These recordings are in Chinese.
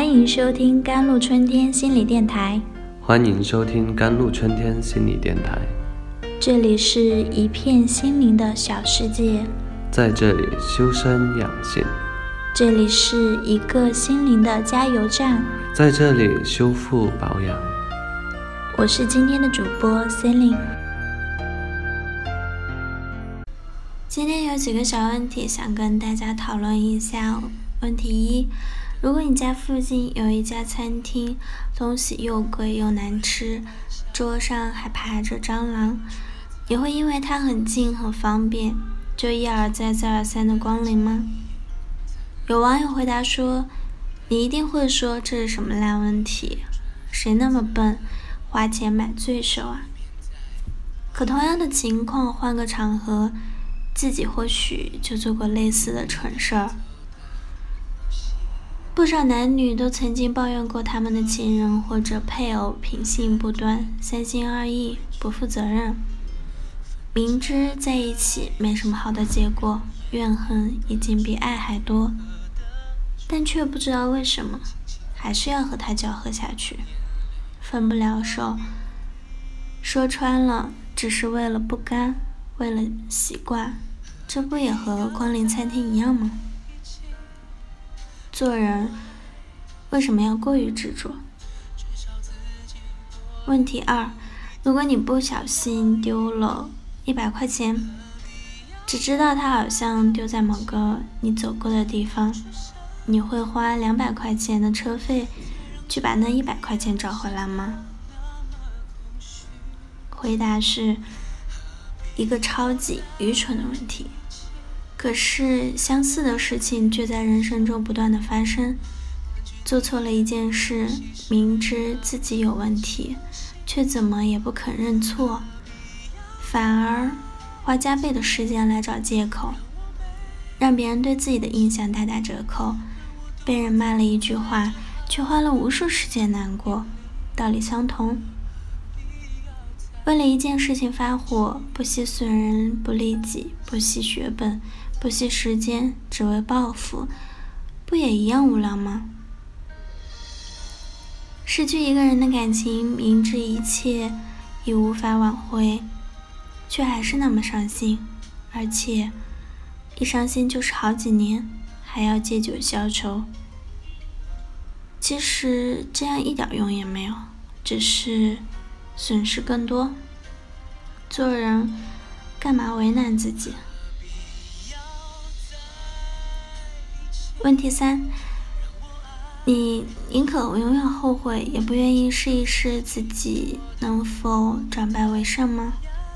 欢迎收听甘露春天心理电台。 欢迎收听甘露春天心理电台。 这里是一片心灵的小世界， 在这里修身养性。 这里是一个心灵的加油站， 在这里修复保养。 我是今天的主播 Celine。 今天有几个小问题想跟大家讨论一下。问题一，如果你家附近有一家餐厅，东西又贵又难吃，桌上还爬着蟑螂，你会因为它很近很方便，就一而再再而三的光临吗？有网友回答说，你一定会说这是什么烂问题，谁那么笨，花钱买罪受啊？可同样的情况换个场合，自己或许就做过类似的蠢事儿。不少男女都曾经抱怨过他们的情人或者配偶品性不端，三心二意，不负责任，明知在一起没什么好的结果，怨恨已经比爱还多，但却不知道为什么还是要和他搅和下去，分不了手。说穿了，只是为了不甘，为了习惯，这不也和光临餐厅一样吗？做人为什么要过于执着？问题二，如果你不小心丢了100块钱，只知道它好像丢在某个你走过的地方，你会花200块钱的车费去把那100块钱找回来吗？回答是一个超级愚蠢的问题。可是相似的事情却在人生中不断的发生。做错了一件事，明知自己有问题，却怎么也不肯认错，反而花加倍的时间来找借口，让别人对自己的印象大打折扣。被人骂了一句话，却花了无数时间难过，道理相同。为了一件事情发火，不惜损人不利己，不惜血本，不惜时间，只为报复，不也一样无聊吗？失去一个人的感情，明知一切已无法挽回，却还是那么伤心，而且一伤心就是好几年，还要借酒消愁。其实这样一点用也没有，只是损失更多。做人干嘛为难自己？问题三，你宁可永远后悔，也不愿意试一试自己能否转败为胜吗？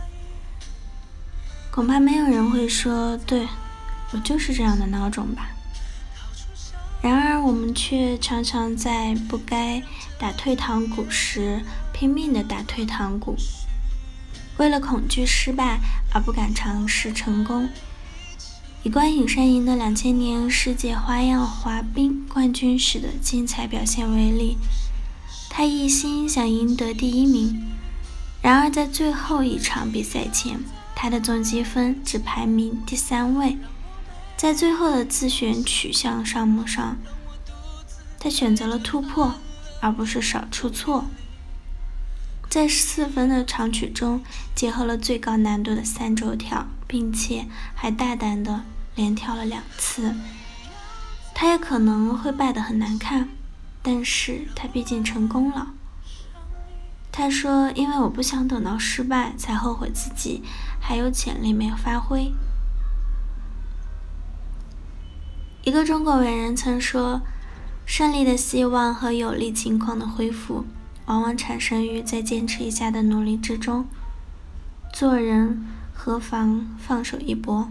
恐怕没有人会说，对，我就是这样的孬种吧。然而我们却常常在不该打退堂鼓时拼命地打退堂鼓，为了恐惧失败而不敢尝试成功。以关颖珊赢得2000年世界花样滑冰冠军时的精彩表现为例，他一心想赢得第1名，然而在最后一场比赛前，他的总积分只排名第3位。在最后的自选取项项目上，他选择了突破，而不是少出错。在4分的长曲中，结合了最高难度的3轴跳，并且还大胆地连跳了2次。他也可能会败得很难看，但是他毕竟成功了。他说，因为我不想等到失败才后悔自己还有潜力没有发挥。一个中国伟人曾说，胜利的希望和有利情况的恢复往往产生于再坚持一下的努力之中。做人何妨放手一搏？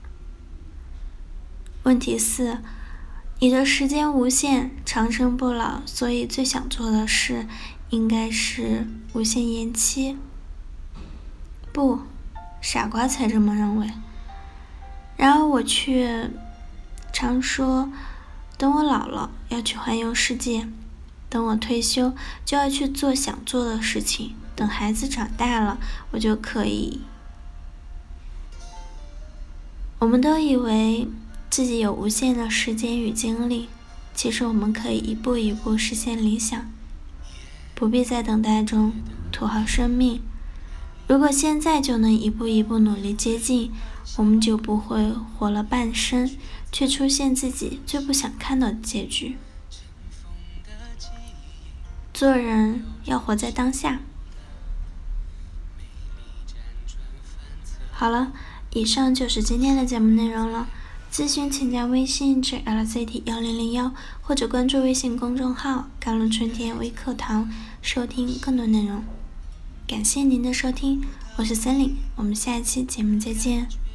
问题四，你的时间无限，长生不老，所以最想做的事应该是无限延期。不，傻瓜才这么认为。然而我却常说，等我老了要去环游世界，等我退休就要去做想做的事情，等孩子长大了我就可以。我们都以为自己有无限的时间与精力， 其实我们可以一步一步实现理想，不必在等待中土豪生命。如果现在就能一步一步努力接近，我们就不会活了半生，却出现自己最不想看到的结局。做人要活在当下。好了，以上就是今天的节目内容了。咨询请加微信至 LCT1001，或者关注微信公众号甘露春天微课堂，收听更多内容。感谢您的收听，我是森林，我们下一期节目再见。